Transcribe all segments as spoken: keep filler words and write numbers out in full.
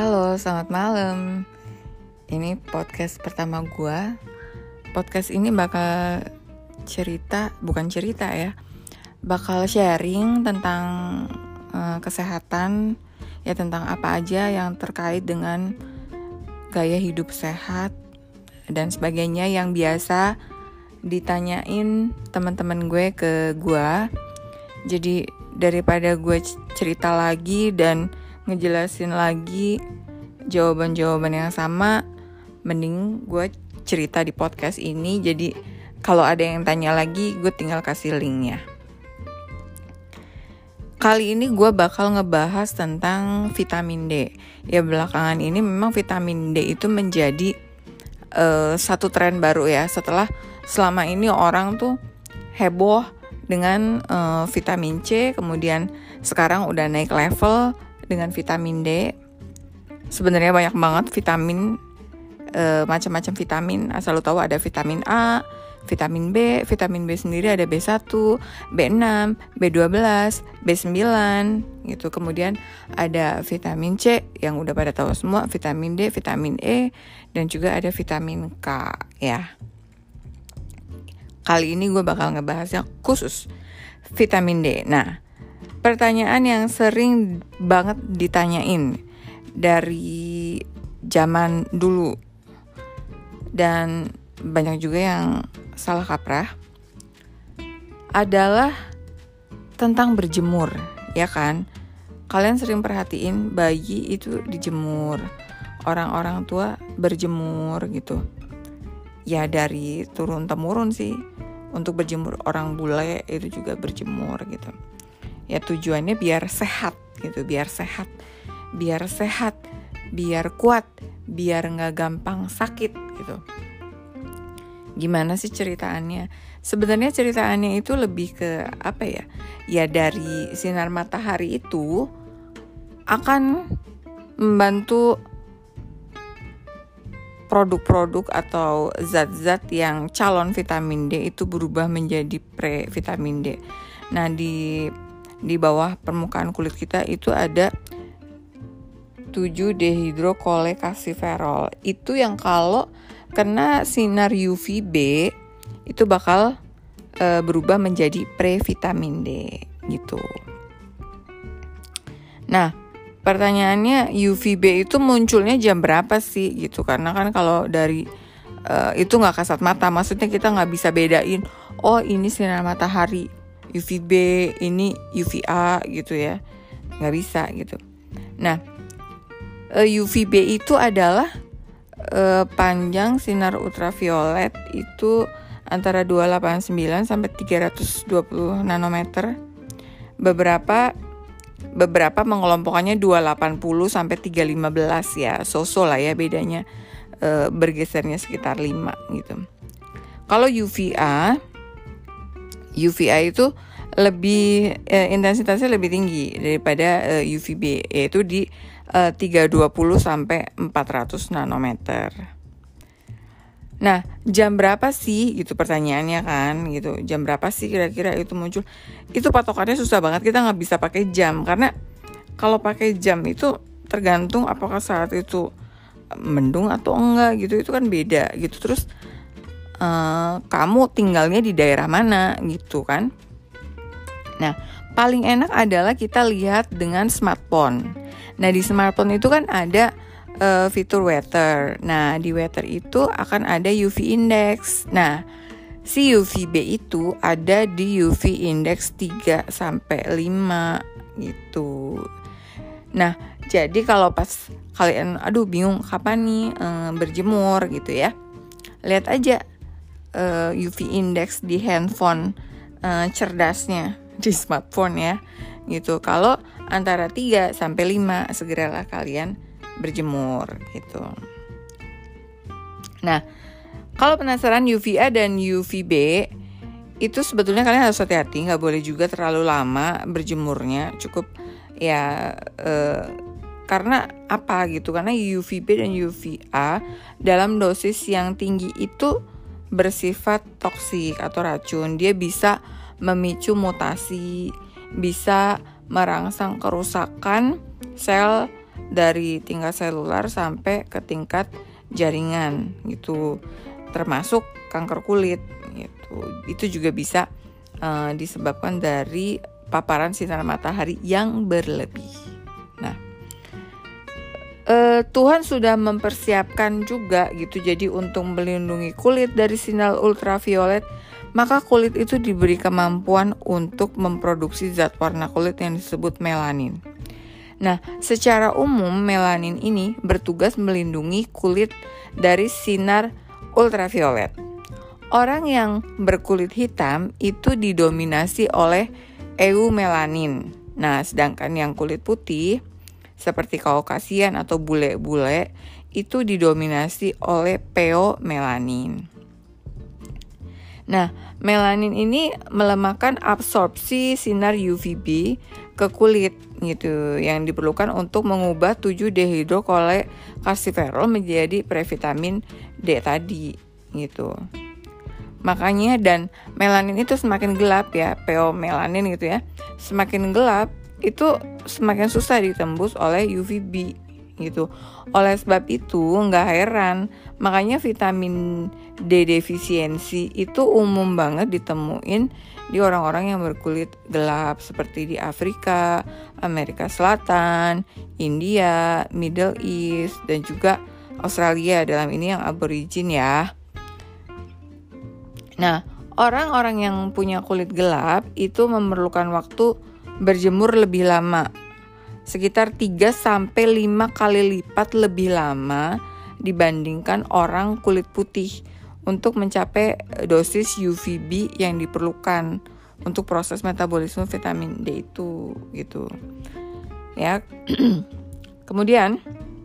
Halo, selamat malam. Ini podcast pertama gue. Podcast ini bakal cerita, bukan cerita ya, bakal sharing tentang uh, kesehatan, ya tentang apa aja yang terkait dengan gaya hidup sehat dan sebagainya yang biasa ditanyain teman-teman gue ke gue. Jadi daripada gue cerita lagi dan ngejelasin lagi jawaban-jawaban yang sama, mending gue cerita di podcast ini. Jadi kalau ada yang tanya lagi, gue tinggal kasih linknya. Kali ini gue bakal ngebahas tentang vitamin D. Ya belakangan ini memang vitamin D itu menjadi uh, satu tren baru ya. Setelah selama ini orang tuh heboh dengan uh, vitamin C, kemudian sekarang udah naik level dengan vitamin D. Sebenarnya banyak banget vitamin, e, macam-macam vitamin. Asal lu tahu ada vitamin A, vitamin B, vitamin B sendiri ada B satu, B enam, B dua belas, B sembilan gitu. Kemudian ada vitamin C yang udah pada tahu semua, vitamin D, vitamin E, dan juga ada vitamin K ya. Kali ini gue bakal ngebahas yang khusus vitamin D. Nah, pertanyaan yang sering banget ditanyain dari zaman dulu dan banyak juga yang salah kaprah adalah tentang berjemur, ya kan? Kalian sering perhatiin bayi itu dijemur, orang-orang tua berjemur gitu. Ya dari turun temurun sih, untuk berjemur orang bule itu juga berjemur gitu. Ya tujuannya biar sehat gitu, biar sehat, biar sehat, biar kuat, biar nggak gampang sakit gitu. Gimana sih ceritaannya? Sebenarnya ceritaannya itu lebih ke apa ya? Ya dari sinar matahari itu akan membantu produk-produk atau zat-zat yang calon vitamin D itu berubah menjadi pre-vitamin D. Nah di di bawah permukaan kulit kita itu ada tujuh dehidrokolekasiferol. Itu yang kalau kena sinar U V B itu bakal e, berubah menjadi pre-vitamin D gitu. Nah, pertanyaannya U V B itu munculnya jam berapa sih gitu? Karena kan kalau dari e, itu nggak kasat mata, maksudnya kita nggak bisa bedain. Oh ini sinar matahari U V B, ini U V A gitu ya, nggak bisa gitu. Nah, U V B itu adalah uh, panjang sinar ultraviolet itu antara dua ratus delapan puluh sembilan sampai tiga ratus dua puluh nanometer. Beberapa beberapa mengelompokkannya dua ratus delapan puluh sampai tiga ratus lima belas ya, so-so lah ya bedanya, uh, bergesernya sekitar lima gitu. Kalau U V A U V A itu lebih eh, intensitasnya lebih tinggi daripada eh, U V B, yaitu di eh, tiga ratus dua puluh sampai empat ratus nanometer. Nah, jam berapa sih gitu pertanyaannya kan gitu. Jam berapa sih kira-kira itu muncul? Itu patokannya susah banget, kita nggak bisa pakai jam karena kalau pakai jam itu tergantung apakah saat itu mendung atau enggak gitu. Itu kan beda gitu. Terus Uh, kamu tinggalnya di daerah mana gitu kan. Nah, paling enak adalah kita lihat dengan smartphone. Nah, di smartphone itu kan ada uh, fitur weather. Nah, di weather itu akan ada U V index. Nah, si U V B itu ada di U V index tiga sampai lima gitu. Nah, jadi kalau pas kalian aduh bingung kapan nih uh, berjemur gitu ya, lihat aja Uh, U V index di handphone uh, cerdasnya di smartphone ya gitu. Kalau antara tiga sampai lima segeralah kalian berjemur gitu. Nah, kalau penasaran U V A dan U V B itu sebetulnya kalian harus hati-hati, nggak boleh juga terlalu lama berjemurnya, cukup ya uh, karena apa gitu, karena U V B dan U V A dalam dosis yang tinggi itu bersifat toksik atau racun. Dia bisa memicu mutasi, bisa merangsang kerusakan sel dari tingkat selular sampai ke tingkat jaringan gitu, termasuk kanker kulit gitu. Itu juga bisa uh, disebabkan dari paparan sinar matahari yang berlebih. Nah, uh, Tuhan sudah mempersiapkan juga gitu. Jadi untuk melindungi kulit dari sinar ultraviolet, maka kulit itu diberi kemampuan untuk memproduksi zat warna kulit yang disebut melanin. Nah, secara umum melanin ini bertugas melindungi kulit dari sinar ultraviolet. Orang yang berkulit hitam itu didominasi oleh eumelanin. Nah, sedangkan yang kulit putih seperti Kaukasian atau bule-bule itu didominasi oleh peomelanin. Nah, melanin ini melemahkan absorpsi sinar U V B ke kulit gitu, yang diperlukan untuk mengubah tujuh dehidrokolekalsiferol menjadi previtamin D tadi gitu. Makanya dan melanin itu semakin gelap ya, peomelanin gitu ya. Semakin gelap itu semakin susah ditembus oleh U V B gitu. Oleh sebab itu nggak heran makanya vitamin D defisiensi itu umum banget ditemuin di orang-orang yang berkulit gelap seperti di Afrika, Amerika Selatan, India, Middle East, dan juga Australia, dalam ini yang aborigin ya. Nah, orang-orang yang punya kulit gelap itu memerlukan waktu berjemur lebih lama, sekitar tiga sampai lima kali lipat lebih lama dibandingkan orang kulit putih untuk mencapai dosis U V B yang diperlukan untuk proses metabolisme vitamin D itu gitu. Ya. Kemudian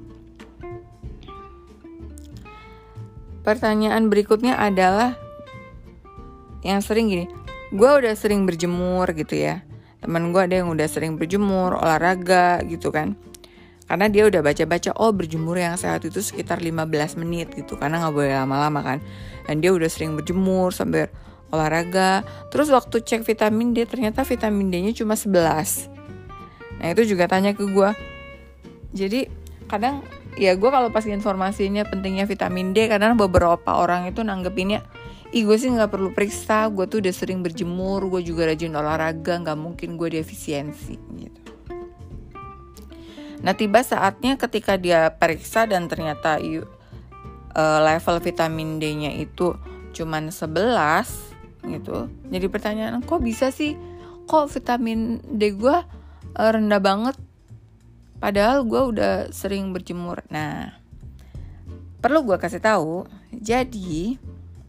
pertanyaan berikutnya adalah yang sering gini, gue udah sering berjemur gitu ya. Teman gue ada yang udah sering berjemur, olahraga gitu kan. Karena dia udah baca-baca, oh berjemur yang sehat itu sekitar lima belas menit gitu. Karena gak boleh lama-lama kan. Dan dia udah sering berjemur sambil olahraga. Terus waktu cek vitamin D, ternyata vitamin D-nya cuma sebelas. Nah itu juga tanya ke gue. Jadi kadang ya gue kalau pas informasinya pentingnya vitamin D, kadang beberapa orang itu nanggepinnya, ih gue sih gak perlu periksa, gue tuh udah sering berjemur, gue juga rajin olahraga, gak mungkin gue defisiensi gitu. Nah tiba saatnya ketika dia periksa dan ternyata uh, level vitamin D-nya itu cuman sebelas gitu. Jadi pertanyaan, kok bisa sih, kok vitamin D gue uh, rendah banget, padahal gue udah sering berjemur. Nah perlu gue kasih tahu, jadi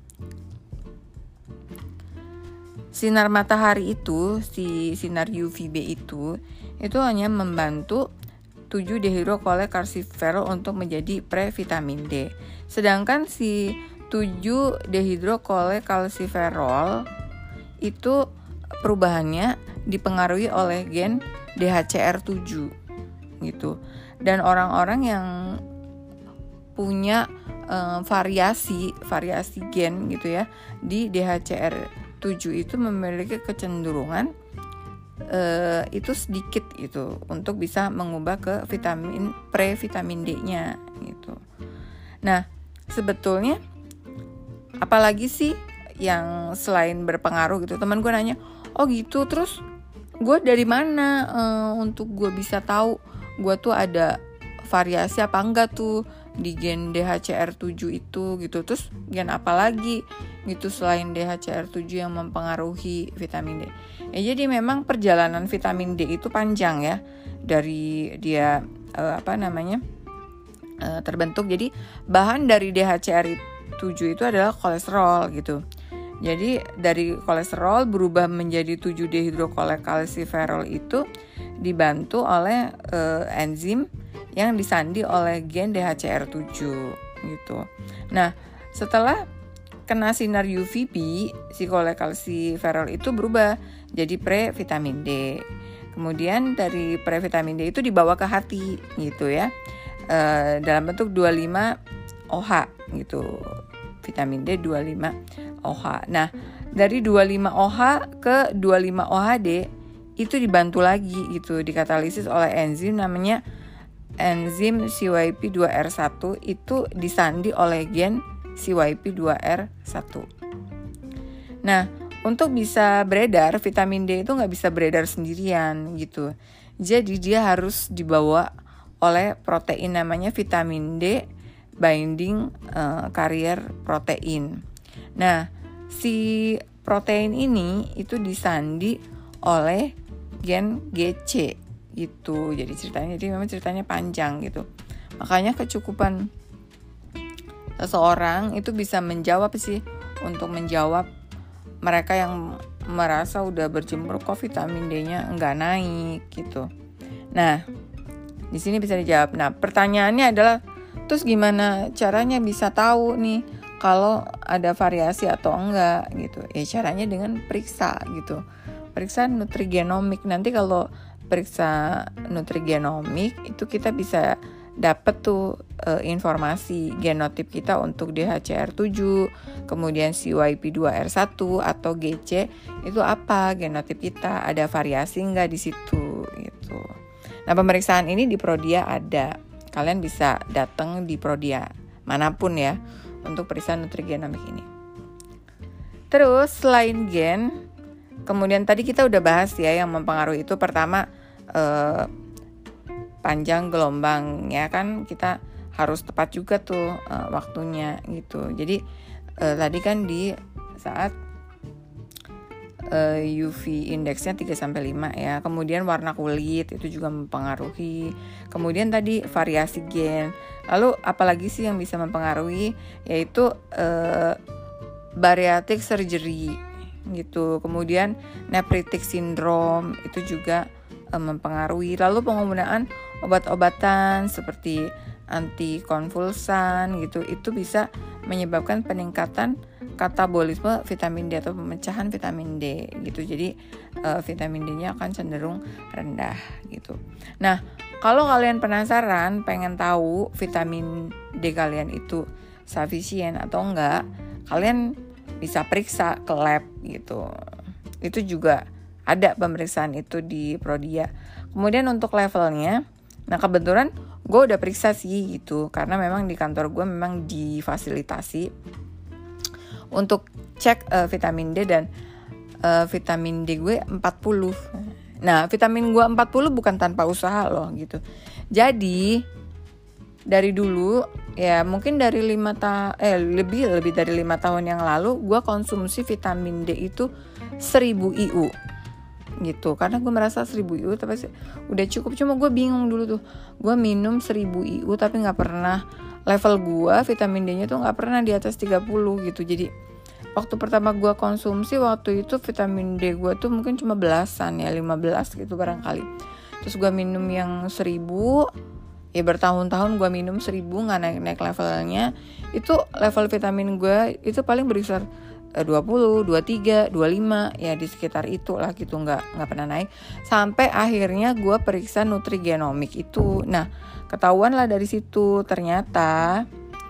sinar matahari itu, si sinar U V B itu, itu hanya membantu tujuh dehidrokolekalsiferol untuk menjadi previtamin D. Sedangkan si tujuh dehidrokolekalsiferol itu perubahannya dipengaruhi oleh gen D H C R tujuh gitu. Dan orang-orang yang punya um, variasi variasi gen gitu ya di D H C R tujuh itu memiliki kecenderungan uh, itu sedikit gitu untuk bisa mengubah ke vitamin previtamin D-nya gitu. Nah, sebetulnya apalagi sih yang selain berpengaruh gitu. Teman gue nanya, "Oh gitu, terus gue dari mana uh, untuk gue bisa tahu gue tuh ada variasi apa enggak tuh di gen D H C R tujuh itu gitu. Terus gen apa lagi gitu selain D H C R tujuh yang mempengaruhi vitamin D?" Ya jadi memang perjalanan vitamin D itu panjang ya, dari dia uh, apa namanya uh, terbentuk. Jadi bahan dari D H C R tujuh itu adalah kolesterol gitu. Jadi dari kolesterol berubah menjadi tujuh dehidrokolekalsiferol itu dibantu oleh uh, enzim yang disandi oleh gen D H C R tujuh gitu. Nah, setelah kena sinar U V B, si kolekalsiferol itu berubah jadi previtamin D. Kemudian dari previtamin D itu dibawa ke hati gitu ya. E, dalam bentuk dua puluh lima O H gitu. Vitamin D dua puluh lima O H. Nah, dari dua puluh lima O H ke dua puluh lima O H D itu dibantu lagi gitu, dikatalisis oleh enzim namanya enzim C Y P dua R satu itu disandi oleh gen C Y P dua R satu. Nah, untuk bisa beredar, vitamin D itu nggak bisa beredar sendirian gitu. Jadi dia harus dibawa oleh protein namanya vitamin D binding uh, carrier protein. Nah, si protein ini itu disandi oleh gen G C gitu. Jadi ceritanya jadi memang ceritanya panjang gitu. Makanya kecukupan seseorang itu bisa menjawab sih untuk menjawab mereka yang merasa udah berjemur kok vitamin D-nya enggak naik gitu. Nah, di sini bisa dijawab. Nah, pertanyaannya adalah terus gimana caranya bisa tahu nih kalau ada variasi atau enggak gitu. Ya caranya dengan periksa gitu. Periksa nutrigenomik. Nanti kalau periksa nutrigenomik itu kita bisa dapat tuh e, informasi genotip kita untuk D H C R tujuh, kemudian C Y P dua R satu atau G C itu apa genotip kita, ada variasi enggak di situ gitu. Nah, pemeriksaan ini di Prodia ada. Kalian bisa datang di Prodia manapun ya untuk periksa nutrigenomik ini. Terus selain gen, kemudian tadi kita udah bahas ya yang mempengaruhi itu pertama eh, panjang gelombang ya kan, kita harus tepat juga tuh uh, waktunya gitu. Jadi uh, tadi kan di saat uh, U V indeksnya tiga sampai lima ya. Kemudian warna kulit itu juga mempengaruhi. Kemudian tadi variasi gen. Lalu apalagi sih yang bisa mempengaruhi, yaitu uh, bariatric surgery gitu. Kemudian nephritic syndrome itu juga uh, mempengaruhi. Lalu penggunaan obat-obatan seperti antikonvulsan gitu itu bisa menyebabkan peningkatan katabolisme vitamin D atau pemecahan vitamin D gitu. Jadi uh, vitamin D-nya akan cenderung rendah gitu. Nah, kalau kalian penasaran pengen tahu vitamin D kalian itu sufficient atau enggak, kalian bisa periksa ke lab gitu. Itu juga ada pemeriksaan itu di Prodia. Kemudian untuk levelnya, nah kebetulan gue udah periksa sih gitu, karena memang di kantor gue memang difasilitasi untuk cek uh, vitamin D dan uh, vitamin D gue empat puluh. Nah, vitamin gue empat puluh bukan tanpa usaha loh gitu. Jadi dari dulu ya mungkin dari lima ta eh lebih lebih dari lima tahun yang lalu gue konsumsi vitamin D itu seribu I U. Gitu, karena gue merasa seribu I U tapi udah cukup. Cuma gue bingung dulu tuh, gue minum seribu I U tapi gak pernah, level gue vitamin D-nya tuh gak pernah di atas tiga puluh gitu. Jadi waktu pertama gue konsumsi waktu itu vitamin D gue tuh mungkin cuma belasan ya, lima belas gitu barangkali. Terus gue minum yang seribu, ya bertahun-tahun gue minum seribu gak naik-naik levelnya. Itu level vitamin gue itu paling berkisar dua puluh, dua puluh tiga, dua puluh lima ya di sekitar itu lah gitu, nggak nggak pernah naik sampai akhirnya gue periksa nutrigenomik itu. Nah, ketahuan lah dari situ ternyata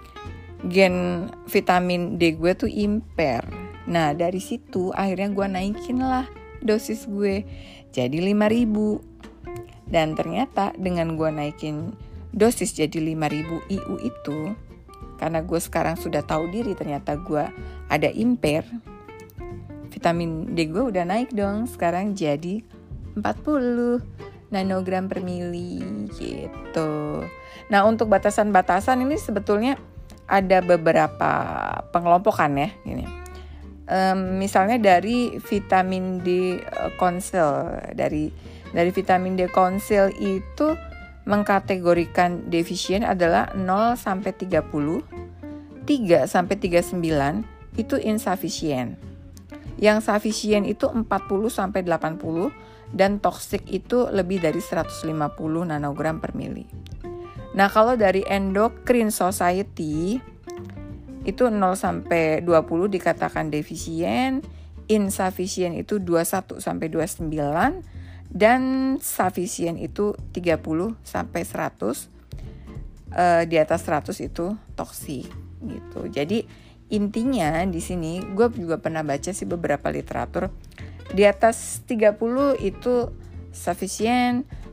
gen vitamin D gue tuh impair. Nah, dari situ akhirnya gue naikin lah dosis gue jadi lima ribu. Dan ternyata dengan gue naikin dosis jadi lima ribu I U itu, karena gue sekarang sudah tahu diri ternyata gue ada impair, vitamin D gue udah naik dong, sekarang jadi empat puluh nanogram per mili gitu. Nah, untuk batasan-batasan ini sebetulnya ada beberapa pengelompokan ya gini. Um, misalnya dari vitamin D konsil, dari dari vitamin D konsil itu mengkategorikan defisien adalah nol sampai tiga puluh, tiga sampai tiga puluh sembilan itu insufficient. Yang sufficient itu empat puluh sampai delapan puluh dan toxic itu lebih dari seratus lima puluh nanogram per mili. Nah, kalau dari Endocrine Society itu nol sampai dua puluh dikatakan defisien, insufficient itu dua puluh satu sampai dua puluh sembilan dan sufficient itu tiga puluh sampai seratus. Uh, di atas seratus itu toksik gitu. Jadi intinya di sini gue juga pernah baca sih beberapa literatur, di atas tiga puluh itu sufficient,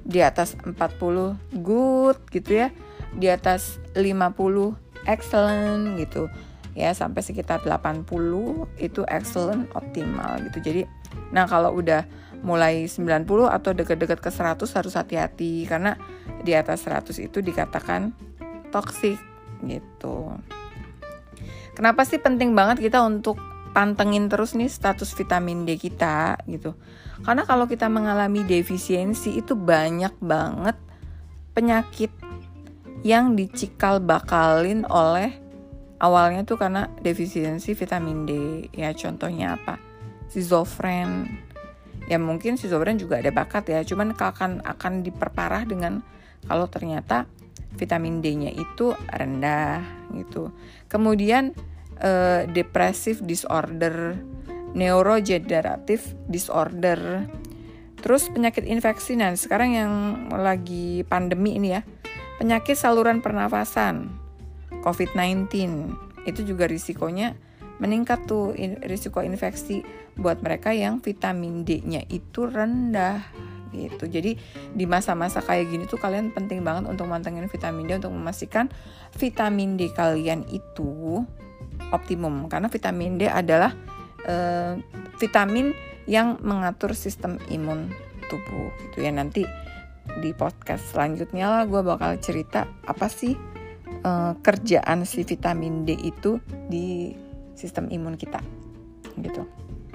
di atas empat puluh good gitu ya, di atas lima puluh excellent gitu ya, sampai sekitar delapan puluh itu excellent, optimal gitu. Jadi nah kalau udah mulai sembilan puluh atau dekat-dekat ke seratus harus hati-hati, karena di atas seratus itu dikatakan toxic gitu. Kenapa sih penting banget kita untuk pantengin terus nih status vitamin D kita gitu? Karena kalau kita mengalami defisiensi itu banyak banget penyakit yang dicikal bakalin oleh awalnya tuh karena defisiensi vitamin D. Ya contohnya apa? Schizofren. Ya mungkin schizofren juga ada bakat ya, cuman akan akan diperparah dengan kalau ternyata vitamin D-nya itu rendah gitu. Kemudian eh, depressive disorder, neurodegenerative disorder, terus penyakit infeksi. Nah sekarang yang lagi pandemi ini ya, penyakit saluran pernafasan, covid sembilan belas, itu juga risikonya meningkat tuh, in, risiko infeksi buat mereka yang vitamin D-nya itu rendah gitu. Jadi di masa-masa kayak gini tuh kalian penting banget untuk mantengin vitamin D untuk memastikan vitamin D kalian itu optimum, karena vitamin D adalah uh, vitamin yang mengatur sistem imun tubuh gitu ya. Nanti di podcast selanjutnya lah gue bakal cerita apa sih uh, kerjaan si vitamin D itu di sistem imun kita gitu.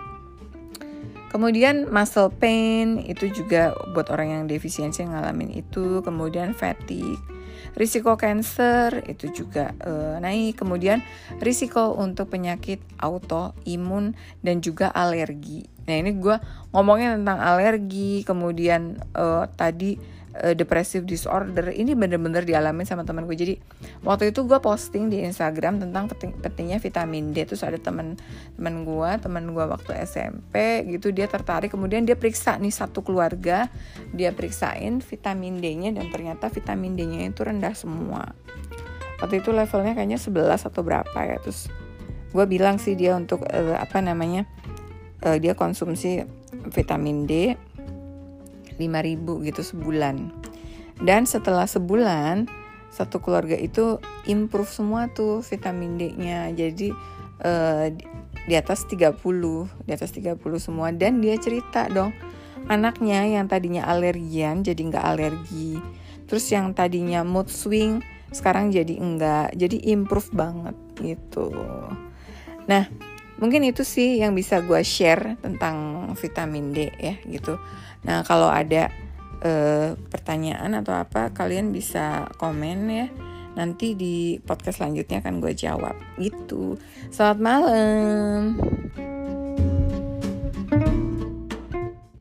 Kemudian muscle pain itu juga buat orang yang defisiensi yang ngalamin itu. Kemudian fatigue, risiko kanker itu juga uh, naik. Kemudian risiko untuk penyakit autoimun dan juga alergi. Nah ini gue ngomongnya tentang alergi. Kemudian uh, tadi uh, depressive disorder ini bener-bener dialamin sama teman gue. Jadi waktu itu gue posting di Instagram tentang penting, pentingnya vitamin D. Terus ada teman-teman gue, teman gue waktu S M P gitu, dia tertarik. Kemudian dia periksa nih satu keluarga, dia periksain vitamin D-nya dan ternyata vitamin D-nya itu rendah semua. Waktu itu levelnya kayaknya sebelas atau berapa ya. Terus gue bilang sih dia untuk uh, apa namanya uh, dia konsumsi vitamin D lima ribu gitu sebulan. Dan setelah sebulan satu keluarga itu improve semua tuh vitamin D-nya. Jadi uh, di atas tiga puluh, di atas tiga puluh semua. Dan dia cerita dong, anaknya yang tadinya alergian jadi enggak alergi. Terus yang tadinya mood swing sekarang jadi enggak. Jadi improve banget gitu. Nah, mungkin itu sih yang bisa gue share tentang vitamin D ya gitu. Nah kalau ada uh, pertanyaan atau apa, kalian bisa komen ya. Nanti di podcast selanjutnya akan gue jawab gitu. Selamat malam.